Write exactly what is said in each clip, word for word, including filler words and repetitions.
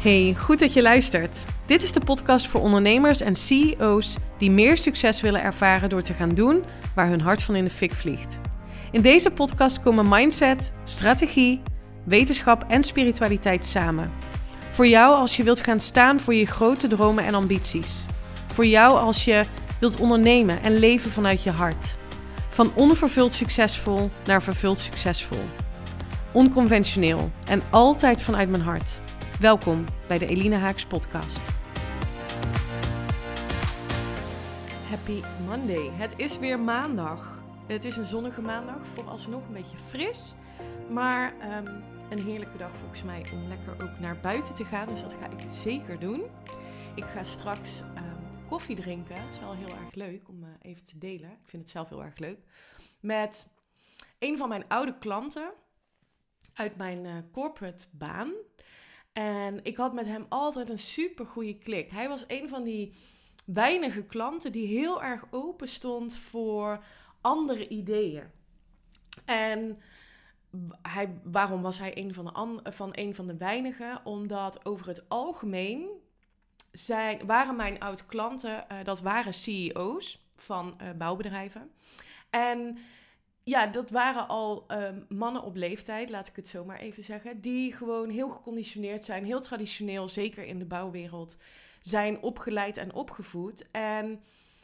Hey, goed dat je luistert. Dit is de podcast voor ondernemers en C E O's die meer succes willen ervaren door te gaan doen waar hun hart van in de fik vliegt. In deze podcast komen mindset, strategie, wetenschap en spiritualiteit samen. Voor jou als je wilt gaan staan voor je grote dromen en ambities. Voor jou als je wilt ondernemen en leven vanuit je hart. Van onvervuld succesvol naar vervuld succesvol. Onconventioneel en altijd vanuit mijn hart. Welkom bij de Eline Haaks podcast. Happy Monday. Het is weer maandag. Het is een zonnige maandag, vooralsnog een beetje fris. Maar um, een heerlijke dag volgens mij om lekker ook naar buiten te gaan. Dus dat ga ik zeker doen. Ik ga straks um, koffie drinken. Dat is wel heel erg leuk om uh, even te delen. Ik vind het zelf heel erg leuk. Met een van mijn oude klanten uit mijn uh, corporate baan. En ik had met hem altijd een super goede klik. Hij was een van die weinige klanten die heel erg open stond voor andere ideeën. En hij, waarom was hij een van de, an, van een van de weinigen? Omdat over het algemeen zijn, waren mijn oud klanten, uh, dat waren C E O's van uh, bouwbedrijven. En ja, dat waren al um, mannen op leeftijd, laat ik het zo maar even zeggen, die gewoon heel geconditioneerd zijn, heel traditioneel, zeker in de bouwwereld, zijn opgeleid en opgevoed. En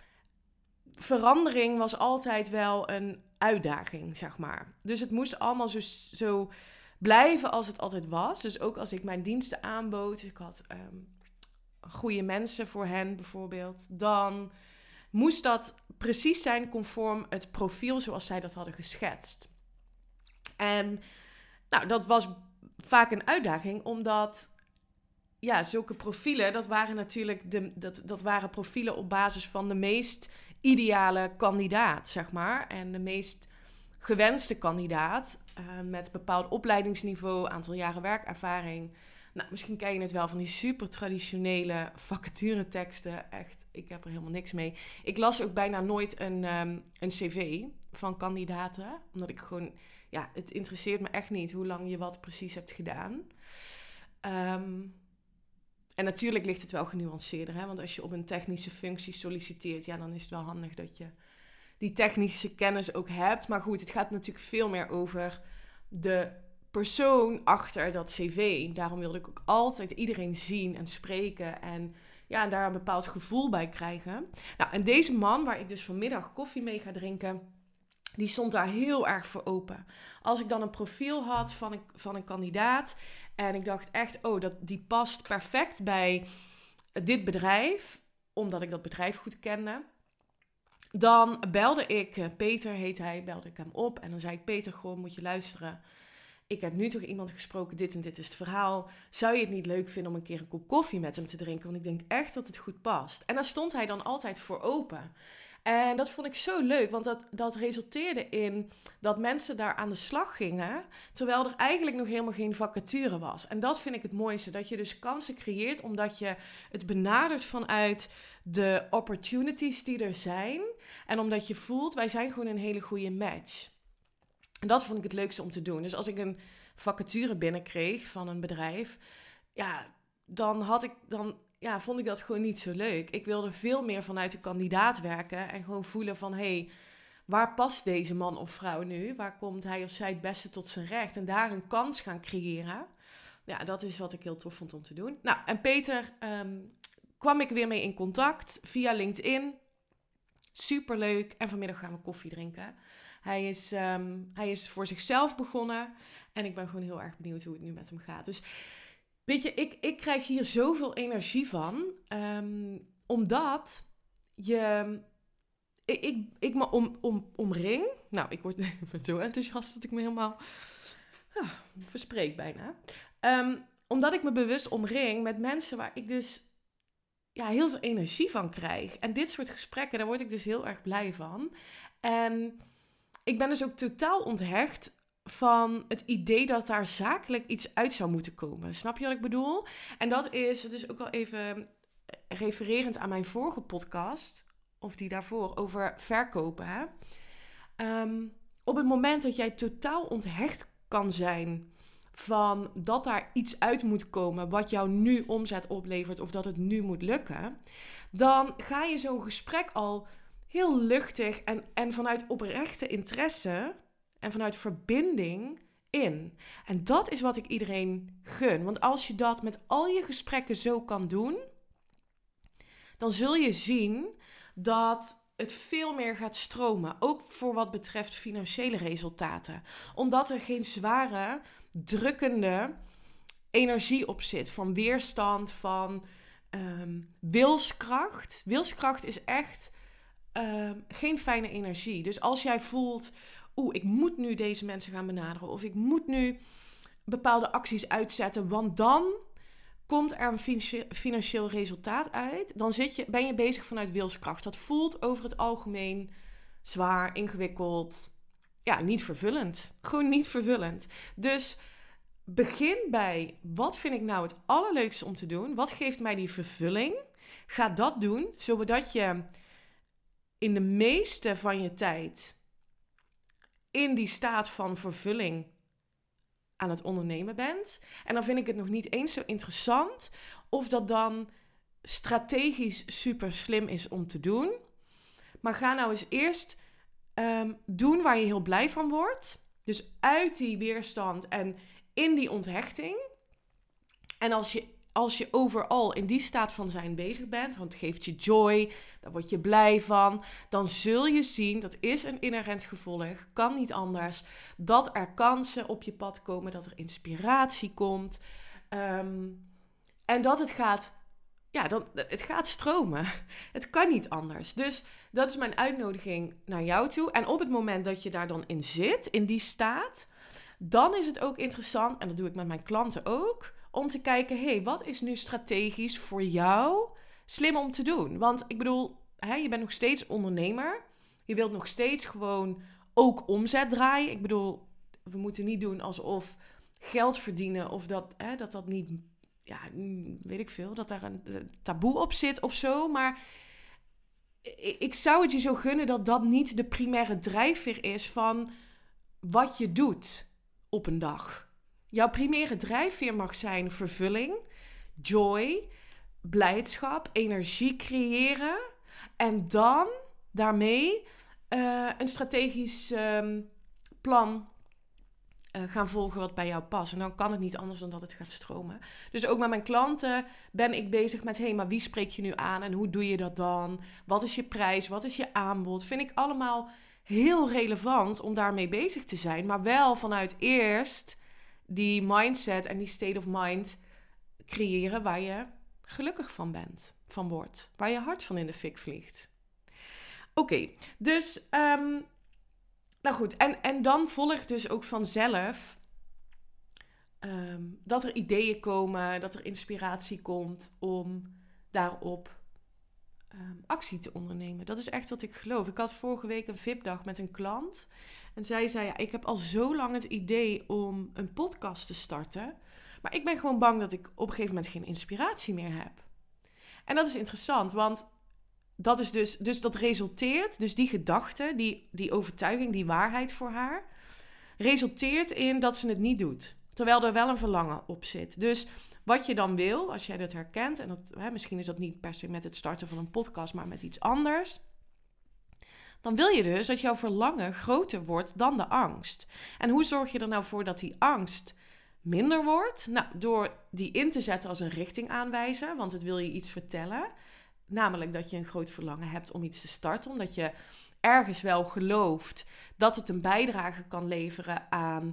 verandering was altijd wel een uitdaging, zeg maar. Dus het moest allemaal zo, zo blijven als het altijd was. Dus ook als ik mijn diensten aanbood, ik had um, goede mensen voor hen bijvoorbeeld, dan moest dat precies zijn conform het profiel zoals zij dat hadden geschetst. En nou, dat was vaak een uitdaging, omdat ja, zulke profielen, dat waren natuurlijk de, dat, dat waren profielen op basis van de meest ideale kandidaat, zeg maar. En de meest gewenste kandidaat uh, met bepaald opleidingsniveau, aantal jaren werkervaring. Nou, misschien ken je het wel van die super traditionele vacatureteksten. Echt, ik heb er helemaal niks mee. Ik las ook bijna nooit een, um, een cv van kandidaten. Omdat ik gewoon, ja, het interesseert me echt niet hoe lang je wat precies hebt gedaan. Um, en natuurlijk ligt het wel genuanceerder, hè? Want als je op een technische functie solliciteert, ja, dan is het wel handig dat je die technische kennis ook hebt. Maar goed, het gaat natuurlijk veel meer over de persoon achter dat cv. Daarom wilde ik ook altijd iedereen zien en spreken en ja, daar een bepaald gevoel bij krijgen. Nou, en deze man, waar ik dus vanmiddag koffie mee ga drinken, die stond daar heel erg voor open. Als ik dan een profiel had van een, van een kandidaat en ik dacht echt, oh, dat, die past perfect bij dit bedrijf, omdat ik dat bedrijf goed kende, dan belde ik, Peter heet hij, belde ik hem op en dan zei ik, Peter, gewoon moet je luisteren. Ik heb nu toch iemand gesproken, dit en dit is het verhaal. Zou je het niet leuk vinden om een keer een kop koffie met hem te drinken? Want ik denk echt dat het goed past. En daar stond hij dan altijd voor open. En dat vond ik zo leuk, want dat, dat resulteerde in dat mensen daar aan de slag gingen, terwijl er eigenlijk nog helemaal geen vacature was. En dat vind ik het mooiste, dat je dus kansen creëert, omdat je het benadert vanuit de opportunities die er zijn. En omdat je voelt, wij zijn gewoon een hele goede match. En dat vond ik het leukste om te doen. Dus als ik een vacature binnenkreeg van een bedrijf, ja, dan had ik dan, ja, vond ik dat gewoon niet zo leuk. Ik wilde veel meer vanuit de kandidaat werken en gewoon voelen van, hé, hey, waar past deze man of vrouw nu? Waar komt hij of zij het beste tot zijn recht? En daar een kans gaan creëren. Ja, dat is wat ik heel tof vond om te doen. Nou, en Peter um, kwam ik weer mee in contact via LinkedIn. Superleuk. En vanmiddag gaan we koffie drinken. Hij is, um, hij is voor zichzelf begonnen. En ik ben gewoon heel erg benieuwd hoe het nu met hem gaat. Dus weet je, ik, ik krijg hier zoveel energie van. Um, omdat je... Ik, ik, ik me om, om, omring. Nou, ik word ik ben zo enthousiast dat ik me helemaal ah, verspreek bijna. Um, omdat ik me bewust omring met mensen waar ik dus ja, heel veel energie van krijg. En dit soort gesprekken, daar word ik dus heel erg blij van. En ik ben dus ook totaal onthecht van het idee dat daar zakelijk iets uit zou moeten komen. Snap je wat ik bedoel? En dat is, het is ook wel even refererend aan mijn vorige podcast, of die daarvoor, over verkopen. Hè? Um, op het moment dat jij totaal onthecht kan zijn van dat daar iets uit moet komen wat jou nu omzet oplevert of dat het nu moet lukken, dan ga je zo'n gesprek al heel luchtig en, en vanuit oprechte interesse en vanuit verbinding in. En dat is wat ik iedereen gun. Want als je dat met al je gesprekken zo kan doen, dan zul je zien dat het veel meer gaat stromen. Ook voor wat betreft financiële resultaten. Omdat er geen zware, drukkende energie op zit. Van weerstand, van um, wilskracht. Wilskracht is echt um, geen fijne energie. Dus als jij voelt, oeh, ik moet nu deze mensen gaan benaderen. Of ik moet nu bepaalde acties uitzetten. Want dan komt er een financieel resultaat uit, dan zit je, ben je bezig vanuit wilskracht. Dat voelt over het algemeen zwaar, ingewikkeld, ja, niet vervullend. Gewoon niet vervullend. Dus begin bij, wat vind ik nou het allerleukste om te doen? Wat geeft mij die vervulling? Ga dat doen, zodat je in de meeste van je tijd in die staat van vervulling aan het ondernemen bent. En dan vind ik het nog niet eens zo interessant of dat dan strategisch super slim is om te doen. Maar ga nou eens eerst um, doen waar je heel blij van wordt. Dus uit die weerstand en in die onthechting. En als je, als je overal in die staat van zijn bezig bent, want het geeft je joy, daar word je blij van, dan zul je zien, dat is een inherent gevolg, kan niet anders, dat er kansen op je pad komen, dat er inspiratie komt. Um, en dat het gaat, ja, dan, het gaat stromen. Het kan niet anders. Dus dat is mijn uitnodiging naar jou toe. En op het moment dat je daar dan in zit, in die staat, dan is het ook interessant, en dat doe ik met mijn klanten ook, om te kijken, hé, hey, wat is nu strategisch voor jou slim om te doen? Want ik bedoel, hè, je bent nog steeds ondernemer. Je wilt nog steeds gewoon ook omzet draaien. Ik bedoel, we moeten niet doen alsof geld verdienen of dat hè, dat, dat niet, ja, weet ik veel, dat daar een taboe op zit of zo. Maar ik zou het je zo gunnen dat dat niet de primaire drijfveer is van wat je doet op een dag. Jouw primaire drijfveer mag zijn vervulling, joy, blijdschap, energie creëren. En dan daarmee uh, een strategisch um, plan uh, gaan volgen wat bij jou past. En dan kan het niet anders dan dat het gaat stromen. Dus ook met mijn klanten ben ik bezig met, hé, hey, maar wie spreek je nu aan en hoe doe je dat dan? Wat is je prijs? Wat is je aanbod? Vind ik allemaal heel relevant om daarmee bezig te zijn. Maar wel vanuit eerst die mindset en die state of mind creëren waar je gelukkig van bent, van wordt. Waar je hart van in de fik vliegt. Oké, okay, dus, um, nou goed. En, en dan volgt dus ook vanzelf um, dat er ideeën komen, dat er inspiratie komt om daarop um, actie te ondernemen. Dat is echt wat ik geloof. Ik had vorige week een V I P-dag met een klant. En zij zei, ja, ik heb al zo lang het idee om een podcast te starten. Maar ik ben gewoon bang dat ik op een gegeven moment geen inspiratie meer heb. En dat is interessant, want dat is dus, dus dat resulteert, dus die gedachte, die, die overtuiging, die waarheid voor haar, resulteert in dat ze het niet doet. Terwijl er wel een verlangen op zit. Dus wat je dan wil, als jij dat herkent, en dat, hè, misschien is dat niet per se met het starten van een podcast, maar met iets anders, dan wil je dus dat jouw verlangen groter wordt dan de angst. En hoe zorg je er nou voor dat die angst minder wordt? Nou, door die in te zetten als een richtingaanwijzer, want het wil je iets vertellen. Namelijk dat je een groot verlangen hebt om iets te starten, omdat je ergens wel gelooft dat het een bijdrage kan leveren aan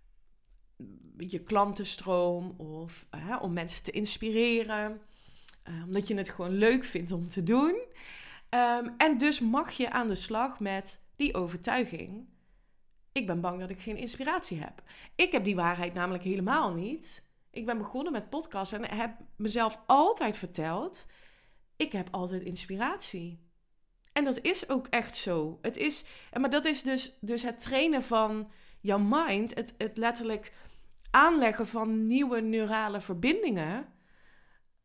je klantenstroom of hè, om mensen te inspireren. Uh, omdat je het gewoon leuk vindt om te doen. Um, en dus mag je aan de slag met die overtuiging. Ik ben bang dat ik geen inspiratie heb. Ik heb die waarheid namelijk helemaal niet. Ik ben begonnen met podcasten en heb mezelf altijd verteld, ik heb altijd inspiratie. En dat is ook echt zo. Het is, maar dat is dus, dus het trainen van jouw mind, het, het letterlijk aanleggen van nieuwe neurale verbindingen,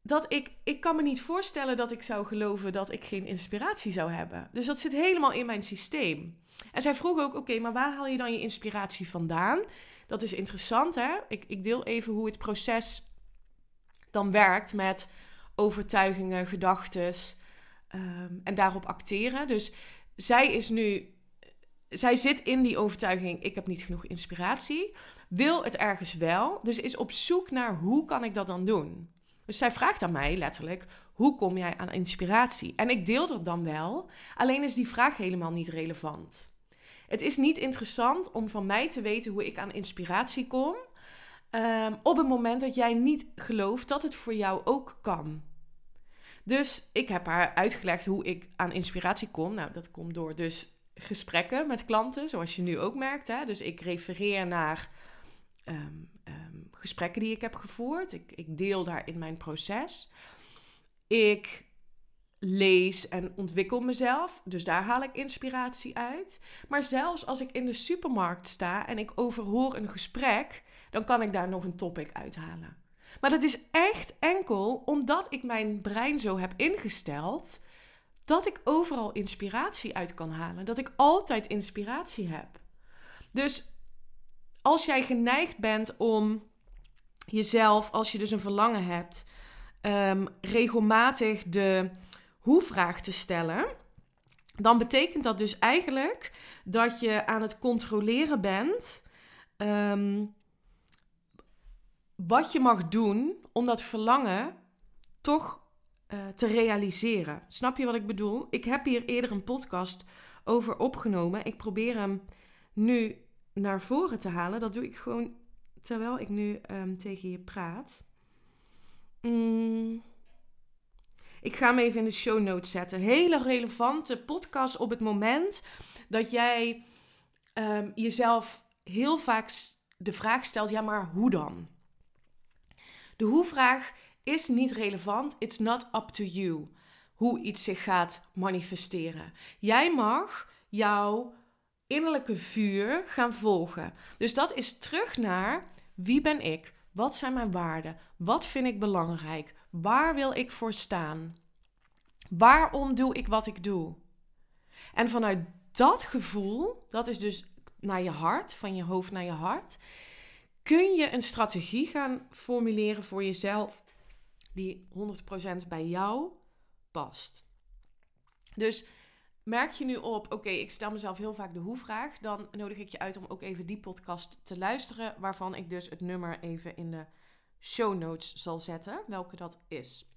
dat ik, ik kan me niet voorstellen dat ik zou geloven dat ik geen inspiratie zou hebben. Dus dat zit helemaal in mijn systeem. En zij vroeg ook, oké, okay, maar waar haal je dan je inspiratie vandaan? Dat is interessant, hè? Ik, ik deel even hoe het proces dan werkt met overtuigingen, gedachtes um, en daarop acteren. Dus zij is nu, zij zit in die overtuiging, ik heb niet genoeg inspiratie, wil het ergens wel, dus is op zoek naar hoe kan ik dat dan doen? Dus zij vraagt aan mij letterlijk, hoe kom jij aan inspiratie? En ik deel dat dan wel, alleen is die vraag helemaal niet relevant. Het is niet interessant om van mij te weten hoe ik aan inspiratie kom, um, op het moment dat jij niet gelooft dat het voor jou ook kan. Dus ik heb haar uitgelegd hoe ik aan inspiratie kom. Nou, dat komt door dus gesprekken met klanten, zoals je nu ook merkt. Hè? Dus ik refereer naar um, um, gesprekken die ik heb gevoerd. Ik, ik deel daarin mijn proces. Ik lees en ontwikkel mezelf. Dus daar haal ik inspiratie uit. Maar zelfs als ik in de supermarkt sta en ik overhoor een gesprek, dan kan ik daar nog een topic uithalen. Maar dat is echt enkel omdat ik mijn brein zo heb ingesteld dat ik overal inspiratie uit kan halen. Dat ik altijd inspiratie heb. Dus als jij geneigd bent om jezelf, als je dus een verlangen hebt, um, regelmatig de hoe-vraag te stellen, dan betekent dat dus eigenlijk dat je aan het controleren bent um, wat je mag doen om dat verlangen toch uh, te realiseren. Snap je wat ik bedoel? Ik heb hier eerder een podcast over opgenomen. Ik probeer hem nu naar voren te halen. Dat doe ik gewoon terwijl ik nu um, tegen je praat. Mm. Ik ga hem even in de show notes zetten. Hele relevante podcast op het moment dat jij um, jezelf heel vaak de vraag stelt, ja, maar hoe dan? De hoe-vraag is niet relevant. It's not up to you. Hoe iets zich gaat manifesteren. Jij mag jouw innerlijke vuur gaan volgen. Dus dat is terug naar wie ben ik? Wat zijn mijn waarden? Wat vind ik belangrijk? Waar wil ik voor staan? Waarom doe ik wat ik doe? En vanuit dat gevoel, dat is dus naar je hart, van je hoofd naar je hart, kun je een strategie gaan formuleren voor jezelf die honderd procent bij jou past. Dus merk je nu op, oké, okay, ik stel mezelf heel vaak de hoe-vraag, dan nodig ik je uit om ook even die podcast te luisteren, waarvan ik dus het nummer even in de show notes zal zetten, welke dat is.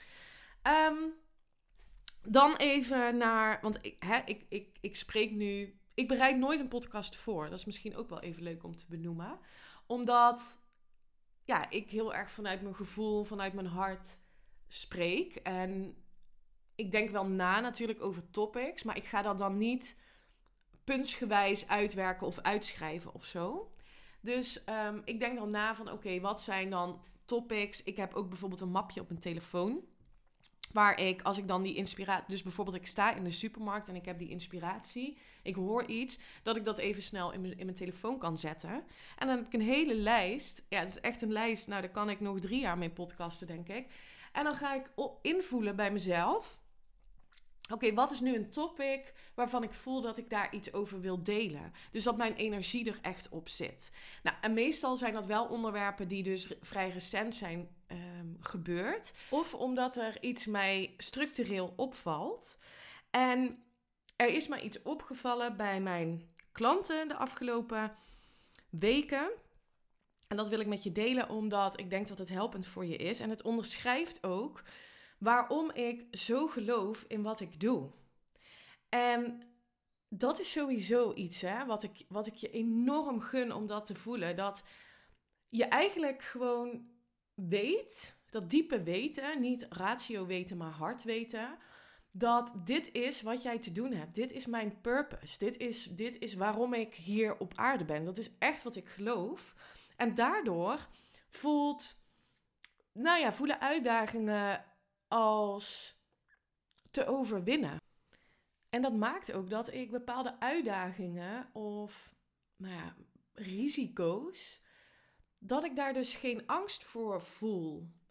Um, dan even naar, want ik, hè, ik, ik, ik spreek nu, ik bereid nooit een podcast voor. Dat is misschien ook wel even leuk om te benoemen. Omdat, ja, ik heel erg vanuit mijn gevoel, vanuit mijn hart spreek. En ik denk wel na natuurlijk over topics, maar ik ga dat dan niet puntsgewijs uitwerken of uitschrijven of zo. Dus um, ik denk dan na van, oké, okay, wat zijn dan topics? Ik heb ook bijvoorbeeld een mapje op mijn telefoon, waar ik, als ik dan die inspiratie, dus bijvoorbeeld ik sta in de supermarkt en ik heb die inspiratie, ik hoor iets, dat ik dat even snel in mijn, in mijn telefoon kan zetten. En dan heb ik een hele lijst, ja, het is echt een lijst, nou daar kan ik nog drie jaar mee podcasten, denk ik. En dan ga ik invoelen bij mezelf, oké, okay, wat is nu een topic waarvan ik voel dat ik daar iets over wil delen? Dus dat mijn energie er echt op zit. Nou, en meestal zijn dat wel onderwerpen die dus vrij recent zijn um, gebeurd. Of omdat er iets mij structureel opvalt. En er is mij iets opgevallen bij mijn klanten de afgelopen weken. En dat wil ik met je delen, omdat ik denk dat het helpend voor je is. En het onderschrijft ook waarom ik zo geloof in wat ik doe. En dat is sowieso iets, hè, wat ik, wat ik je enorm gun om dat te voelen. Dat je eigenlijk gewoon weet, dat diepe weten, niet ratio weten, maar hart weten, dat dit is wat jij te doen hebt. Dit is mijn purpose. Dit is, dit is waarom ik hier op aarde ben. Dat is echt wat ik geloof. En daardoor voelt, nou ja, voelen uitdagingen als te overwinnen. En dat maakt ook dat ik bepaalde uitdagingen of nou ja, risico's, dat ik daar dus geen angst voor voel.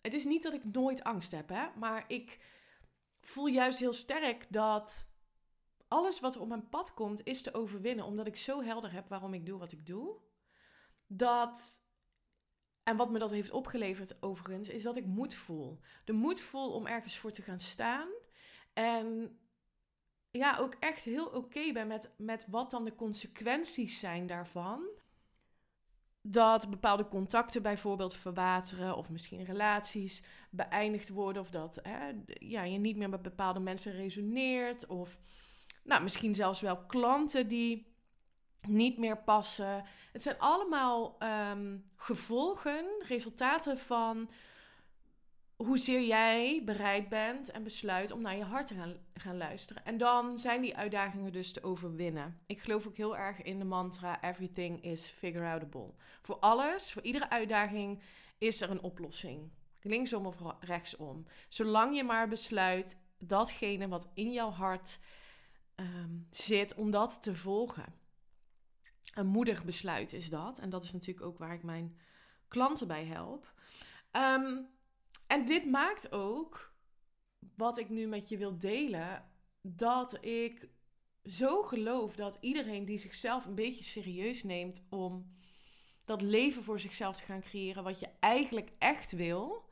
het is niet dat ik nooit angst heb, hè, maar ik voel juist heel sterk dat alles wat er op mijn pad komt is te overwinnen, omdat ik zo helder heb waarom ik doe wat ik doe. Dat, en wat me dat heeft opgeleverd overigens, is dat ik moed voel. De moed voel om ergens voor te gaan staan. En ja, ook echt heel oké ben met, met wat dan de consequenties zijn daarvan. Dat bepaalde contacten bijvoorbeeld verwateren of misschien relaties beëindigd worden. Of dat hè, ja, je niet meer met bepaalde mensen resoneert. Of nou, misschien zelfs wel klanten die niet meer passen. Het zijn allemaal um, gevolgen, resultaten van hoezeer jij bereid bent en besluit om naar je hart te gaan, gaan luisteren. En dan zijn die uitdagingen dus te overwinnen. Ik geloof ook heel erg in de mantra everything is figure-outable. Voor alles, voor iedere uitdaging is er een oplossing. Linksom of rechtsom. Zolang je maar besluit datgene wat in jouw hart um, zit, om dat te volgen. Een moedig besluit is dat. En dat is natuurlijk ook waar ik mijn klanten bij help. Um, en dit maakt ook, wat ik nu met je wil delen, dat ik zo geloof dat iedereen die zichzelf een beetje serieus neemt om dat leven voor zichzelf te gaan creëren wat je eigenlijk echt wil,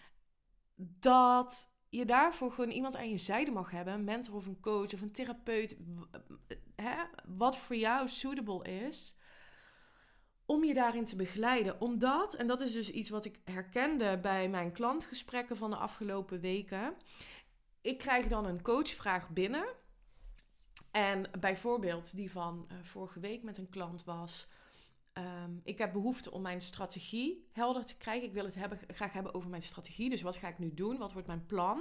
dat je daarvoor gewoon iemand aan je zijde mag hebben, een mentor of een coach of een therapeut, hè, wat voor jou suitable is, om je daarin te begeleiden. Omdat, en dat is dus iets wat ik herkende bij mijn klantgesprekken van de afgelopen weken. Ik krijg dan een coachvraag binnen. En bijvoorbeeld die van uh, vorige week met een klant was: Um, ik heb behoefte om mijn strategie helder te krijgen. Ik wil het hebben, graag hebben over mijn strategie. Dus wat ga ik nu doen? Wat wordt mijn plan?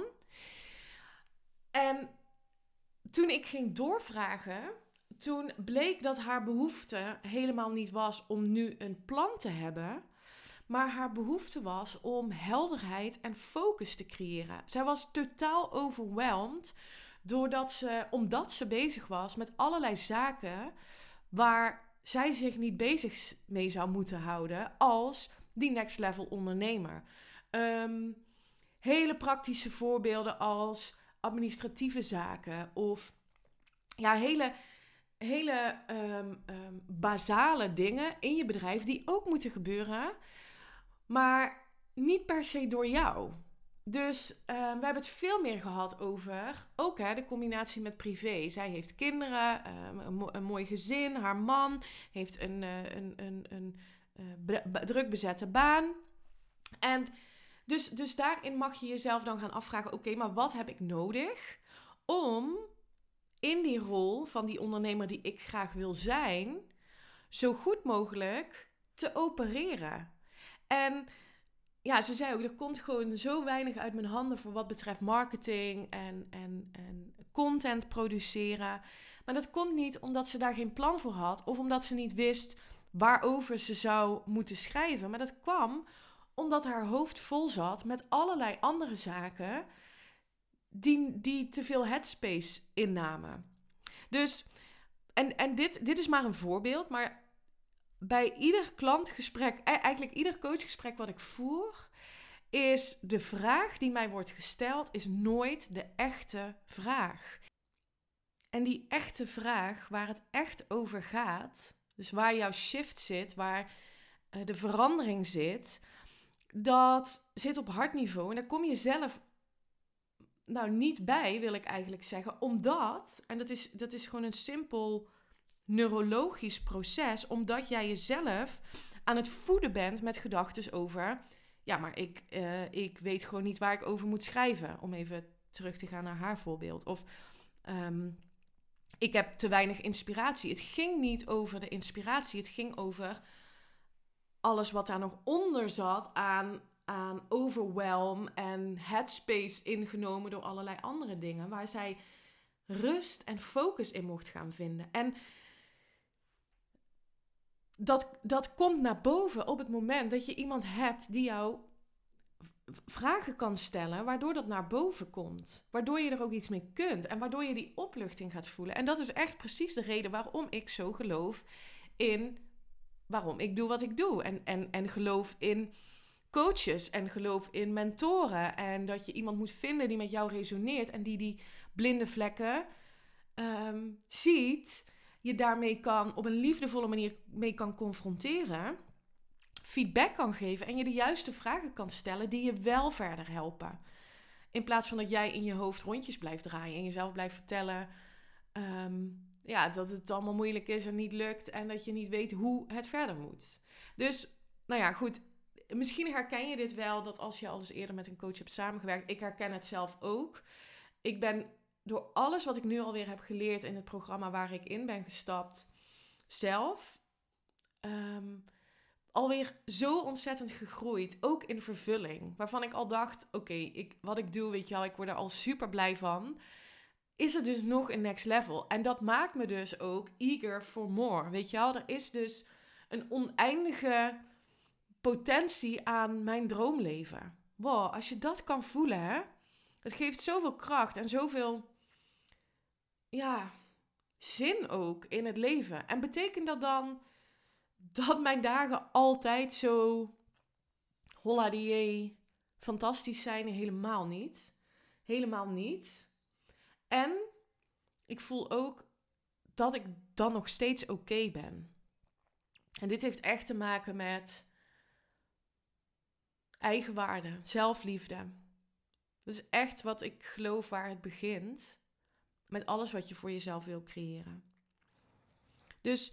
En toen ik ging doorvragen, toen bleek dat haar behoefte helemaal niet was om nu een plan te hebben, maar haar behoefte was om helderheid en focus te creëren. Zij was totaal overweldigd doordat ze, omdat ze bezig was met allerlei zaken waar zij zich niet bezig mee zou moeten houden als die next level ondernemer. Um, hele praktische voorbeelden als administratieve zaken of ja, hele, hele um, um, basale dingen in je bedrijf die ook moeten gebeuren, maar niet per se door jou. Dus uh, we hebben het veel meer gehad over, ook hè, de combinatie met privé. Zij heeft kinderen, uh, een, mo- een mooi gezin, haar man heeft een, uh, een, een, een uh, be- druk bezette baan. En dus, dus daarin mag je jezelf dan gaan afvragen, oké, okay, maar wat heb ik nodig om in die rol van die ondernemer die ik graag wil zijn, zo goed mogelijk te opereren? En ja, ze zei ook, er komt gewoon zo weinig uit mijn handen voor wat betreft marketing en, en, en content produceren. Maar dat komt niet omdat ze daar geen plan voor had of omdat ze niet wist waarover ze zou moeten schrijven. Maar dat kwam omdat haar hoofd vol zat met allerlei andere zaken die, die te veel headspace innamen. Dus, en, en dit, dit is maar een voorbeeld, maar bij ieder klantgesprek, eigenlijk ieder coachgesprek wat ik voer, is de vraag die mij wordt gesteld, is nooit de echte vraag. En die echte vraag, waar het echt over gaat, dus waar jouw shift zit, waar uh, de verandering zit, dat zit op hartniveau. En daar kom je zelf nou niet bij, wil ik eigenlijk zeggen, omdat, en dat is, dat is gewoon een simpel neurologisch proces, omdat jij jezelf aan het voeden bent met gedachten over, ja, maar ik, uh, ik weet gewoon niet waar ik over moet schrijven, om even terug te gaan naar haar voorbeeld. Of um, ik heb te weinig inspiratie. Het ging niet over de inspiratie, het ging over alles wat daar nog onder zat aan, aan overwhelm en headspace ingenomen door allerlei andere dingen, waar zij rust en focus in mocht gaan vinden. En Dat, dat komt naar boven op het moment dat je iemand hebt die jou vragen kan stellen, waardoor dat naar boven komt. Waardoor je er ook iets mee kunt en waardoor je die opluchting gaat voelen. En dat is echt precies de reden waarom ik zo geloof in waarom ik doe wat ik doe. En, en, en geloof in coaches en geloof in mentoren. En dat je iemand moet vinden die met jou resoneert en die die blinde vlekken um, ziet. Je daarmee kan op een liefdevolle manier mee kan confronteren. Feedback kan geven en je de juiste vragen kan stellen die je wel verder helpen. In plaats van dat jij in je hoofd rondjes blijft draaien en jezelf blijft vertellen um, ja, dat het allemaal moeilijk is en niet lukt en dat je niet weet hoe het verder moet. Dus, nou ja, goed. Misschien herken je dit wel, dat als je al eens eerder met een coach hebt samengewerkt. Ik herken het zelf ook. Ik ben door alles wat ik nu alweer heb geleerd in het programma waar ik in ben gestapt, zelf um, alweer zo ontzettend gegroeid. Ook in vervulling. Waarvan ik al dacht, oké, okay, ik, wat ik doe, weet je wel, ik word er al super blij van. Is er dus nog een next level. En dat maakt me dus ook eager for more. Weet je wel, er is dus een oneindige potentie aan mijn droomleven. Wow, als je dat kan voelen, hè. Het geeft zoveel kracht en zoveel, ja, zin ook in het leven. En betekent dat dan dat mijn dagen altijd zo holla die jee fantastisch zijn? Helemaal niet. Helemaal niet. En ik voel ook dat ik dan nog steeds oké okay ben. En dit heeft echt te maken met eigenwaarde, zelfliefde. Dat is echt wat ik geloof waar het begint. Met alles wat je voor jezelf wil creëren. Dus,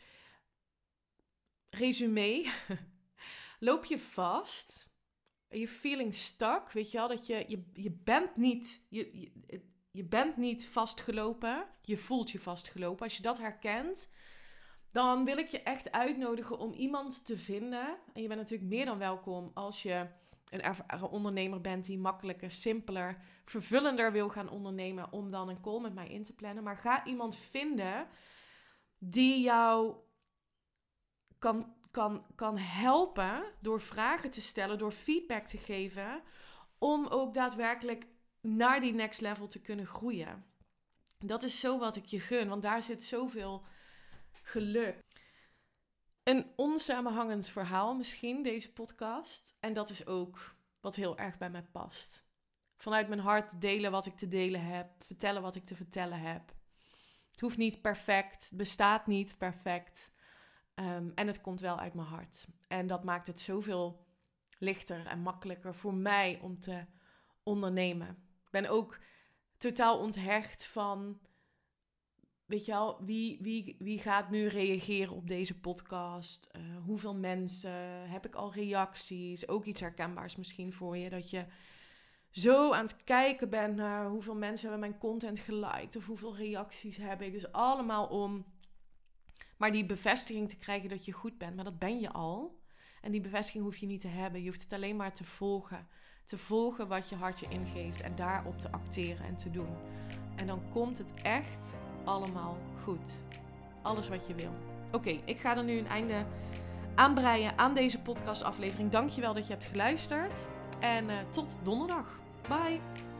resume. Loop je vast. Je feeling stuck. Weet je wel, dat je, je, je bent niet... Je, je, je bent niet vastgelopen. Je voelt je vastgelopen. Als je dat herkent, dan wil ik je echt uitnodigen om iemand te vinden. En je bent natuurlijk meer dan welkom als je een ervaren ondernemer bent die makkelijker, simpeler, vervullender wil gaan ondernemen, om dan een call met mij in te plannen. Maar ga iemand vinden die jou kan, kan, kan helpen door vragen te stellen, door feedback te geven, om ook daadwerkelijk naar die next level te kunnen groeien. Dat is zo wat ik je gun, want daar zit zoveel geluk. Een onsamenhangend verhaal misschien, deze podcast. En dat is ook wat heel erg bij mij past. Vanuit mijn hart delen wat ik te delen heb. Vertellen wat ik te vertellen heb. Het hoeft niet perfect. Het bestaat niet perfect. Um, en het komt wel uit mijn hart. En dat maakt het zoveel lichter en makkelijker voor mij om te ondernemen. Ik ben ook totaal onthecht van, weet je wel, wie, wie, wie gaat nu reageren op deze podcast? Uh, hoeveel mensen? Heb ik al reacties? Ook iets herkenbaars misschien voor je. Dat je zo aan het kijken bent naar hoeveel mensen hebben mijn content geliked. Of hoeveel reacties heb ik. Dus allemaal om maar die bevestiging te krijgen dat je goed bent. Maar dat ben je al. En die bevestiging hoef je niet te hebben. Je hoeft het alleen maar te volgen. Te volgen wat je hart je ingeeft. En daarop te acteren en te doen. En dan komt het echt allemaal goed. Alles wat je wil. Oké, okay, ik ga er nu een einde aan breien aan deze podcastaflevering. Dankjewel dat je hebt geluisterd. En uh, tot donderdag. Bye!